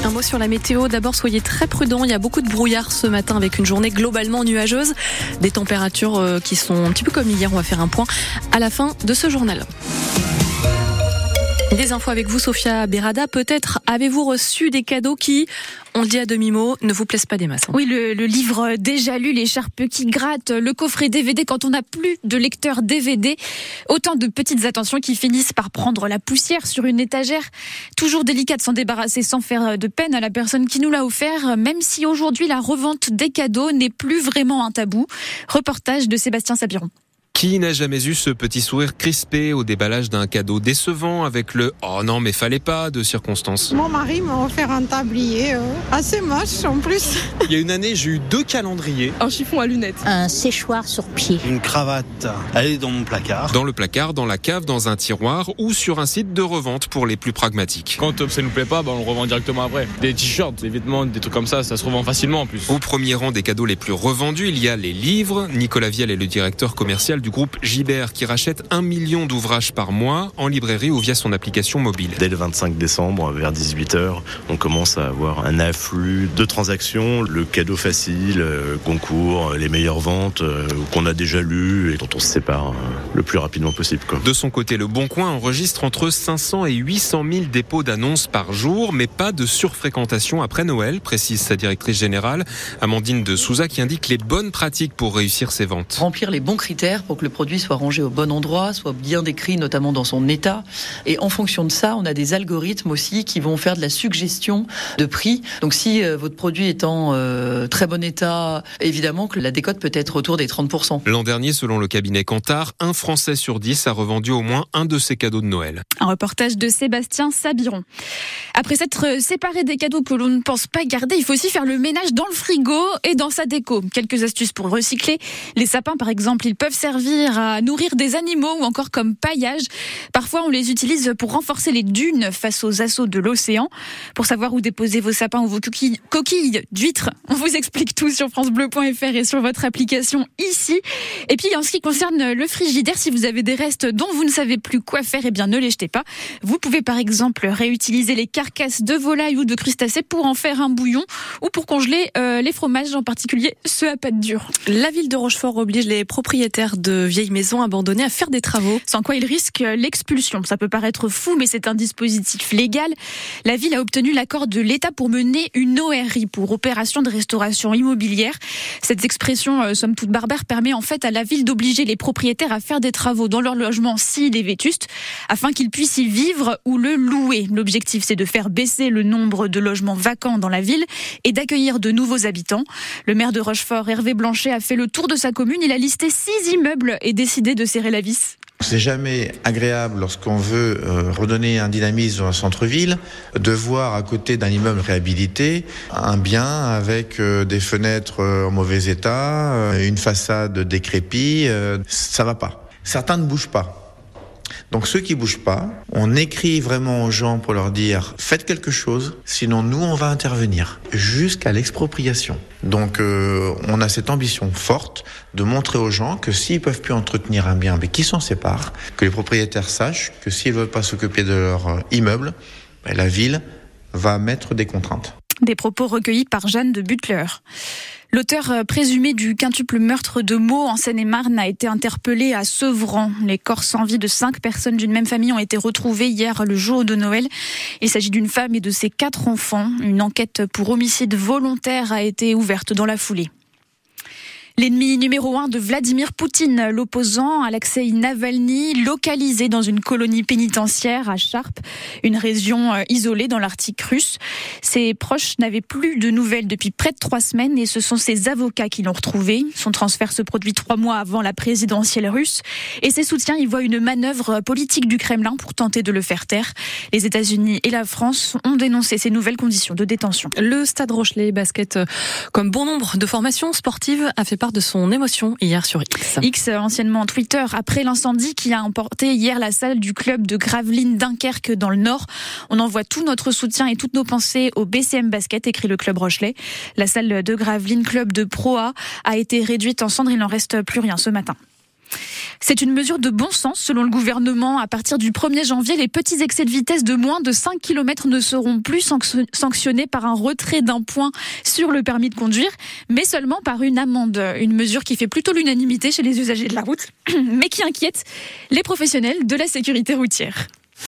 Un mot sur la météo. D'abord, soyez très prudents. Il y a beaucoup de brouillard ce matin avec une journée globalement nuageuse. Des températures qui sont un petit peu comme hier. On va faire un point à la fin de ce journal. Des infos avec vous, Sophia Berada. Peut-être avez-vous reçu des cadeaux qui, on le dit à demi-mot, ne vous plaisent pas des masses. Oui, le livre déjà lu, l'écharpe qui gratte, le coffret DVD quand on n'a plus de lecteur DVD. Autant de petites attentions qui finissent par prendre la poussière sur une étagère. Toujours délicat de s'en débarrasser sans faire de peine à la personne qui nous l'a offert, même si aujourd'hui la revente des cadeaux n'est plus vraiment un tabou. Reportage de Sébastien Sabiron. Qui n'a jamais eu ce petit sourire crispé au déballage d'un cadeau décevant avec le « oh non mais fallait pas » de circonstance? Mon mari m'a offert un tablier assez moche en plus. Il y a une année, j'ai eu 2 calendriers. Un chiffon à lunettes. Un séchoir sur pied. Une cravate, elle est dans mon placard. Dans le placard, dans la cave, dans un tiroir ou sur un site de revente pour les plus pragmatiques. Quand ça nous plaît pas, on le revend directement après. Des t-shirts, des vêtements, des trucs comme ça se revend facilement en plus. Au premier rang des cadeaux les plus revendus, il y a les livres. Nicolas Vielle est le directeur commercial du groupe Gibert qui rachète 1 million d'ouvrages par mois en librairie ou via son application mobile. Dès le 25 décembre, vers 18h, on commence à avoir un afflux de transactions. Le cadeau facile, concours, les meilleures ventes qu'on a déjà lues et dont on se sépare le plus rapidement possible. De son côté, Le Bon Coin enregistre entre 500 et 800 000 dépôts d'annonces par jour, mais pas de surfréquentation après Noël, précise sa directrice générale, Amandine de Souza, qui indique les bonnes pratiques pour réussir ses ventes. Remplir les bons critères pour que le produit soit rangé au bon endroit, soit bien décrit, notamment dans son état. Et en fonction de ça, on a des algorithmes aussi qui vont faire de la suggestion de prix. Donc si votre produit est en très bon état, évidemment que la décote peut être autour des 30%. L'an dernier, selon le cabinet Kantar, 1 Français sur 10 a revendu au moins un de ses cadeaux de Noël. Un reportage de Sébastien Sabiron. Après s'être séparé des cadeaux que l'on ne pense pas garder, il faut aussi faire le ménage dans le frigo et dans sa déco. Quelques astuces pour recycler. Les sapins, par exemple, ils peuvent servir à nourrir des animaux ou encore comme paillage. Parfois, on les utilise pour renforcer les dunes face aux assauts de l'océan. Pour savoir où déposer vos sapins ou vos coquilles d'huîtres, on vous explique tout sur francebleu.fr et sur votre application ici. Et puis, en ce qui concerne le frigidaire, si vous avez des restes dont vous ne savez plus quoi faire, eh bien, ne les jetez pas. Vous pouvez par exemple réutiliser les carcasses de volaille ou de crustacés pour en faire un bouillon ou pour congeler les fromages, en particulier ceux à pâte dure. La ville de Rochefort oblige les propriétaires de vieilles maisons abandonnées à faire des travaux. Sans quoi ils risquent l'expulsion. Ça peut paraître fou, mais c'est un dispositif légal. La ville a obtenu l'accord de l'État pour mener une ORI, pour opération de restauration immobilière. Cette expression, somme toute barbare, permet en fait à la ville d'obliger les propriétaires à faire des travaux dans leur logement s'il est vétuste, afin qu'ils puissent y vivre ou le louer. L'objectif, c'est de faire baisser le nombre de logements vacants dans la ville et d'accueillir de nouveaux habitants. Le maire de Rochefort, Hervé Blanchet, a fait le tour de sa commune. Il a listé 6 immeubles et décidé de serrer la vis. C'est jamais agréable lorsqu'on veut redonner un dynamisme dans un centre-ville de voir à côté d'un immeuble réhabilité un bien avec des fenêtres en mauvais état, une façade décrépite, ça va pas. Certains ne bougent pas. Donc ceux qui bougent pas, on écrit vraiment aux gens pour leur dire faites quelque chose, sinon nous on va intervenir jusqu'à l'expropriation. Donc on a cette ambition forte de montrer aux gens que s'ils peuvent plus entretenir un bien mais qu'ils s'en séparent, que les propriétaires sachent que s'ils veulent pas s'occuper de leur immeuble, la ville va mettre des contraintes. Des propos recueillis par Jeanne de Butler. L'auteur présumé du quintuple meurtre de Meaux en Seine-et-Marne a été interpellé à Sevran. Les corps sans vie de 5 personnes d'une même famille ont été retrouvés hier le jour de Noël. Il s'agit d'une femme et de ses 4 enfants. Une enquête pour homicide volontaire a été ouverte dans la foulée. L'ennemi numéro 1 de Vladimir Poutine, l'opposant Alexeï Navalny, localisé dans une colonie pénitentiaire à Charp, une région isolée dans l'Arctique russe. Ses proches n'avaient plus de nouvelles depuis près de 3 semaines et ce sont ses avocats qui l'ont retrouvé. Son transfert se produit 3 mois avant la présidentielle russe et ses soutiens y voient une manœuvre politique du Kremlin pour tenter de le faire taire. Les États-Unis et la France ont dénoncé ces nouvelles conditions de détention. Le Stade Rochelet Basket, comme bon nombre de formations sportives, a fait part de son émotion hier sur X. X, anciennement Twitter, après l'incendie qui a emporté hier la salle du club de Gravelines Dunkerque dans le Nord. On envoie tout notre soutien et toutes nos pensées au BCM Basket, écrit le club Rochelet. La salle de Gravelines, club de Pro A, a été réduite en cendres. Il n'en reste plus rien ce matin. C'est une mesure de bon sens selon le gouvernement. À partir du 1er janvier, les petits excès de vitesse de moins de 5 km ne seront plus sanctionnés par un retrait d'un point sur le permis de conduire, mais seulement par une amende. Une mesure qui fait plutôt l'unanimité chez les usagers de la route, mais qui inquiète les professionnels de la sécurité routière.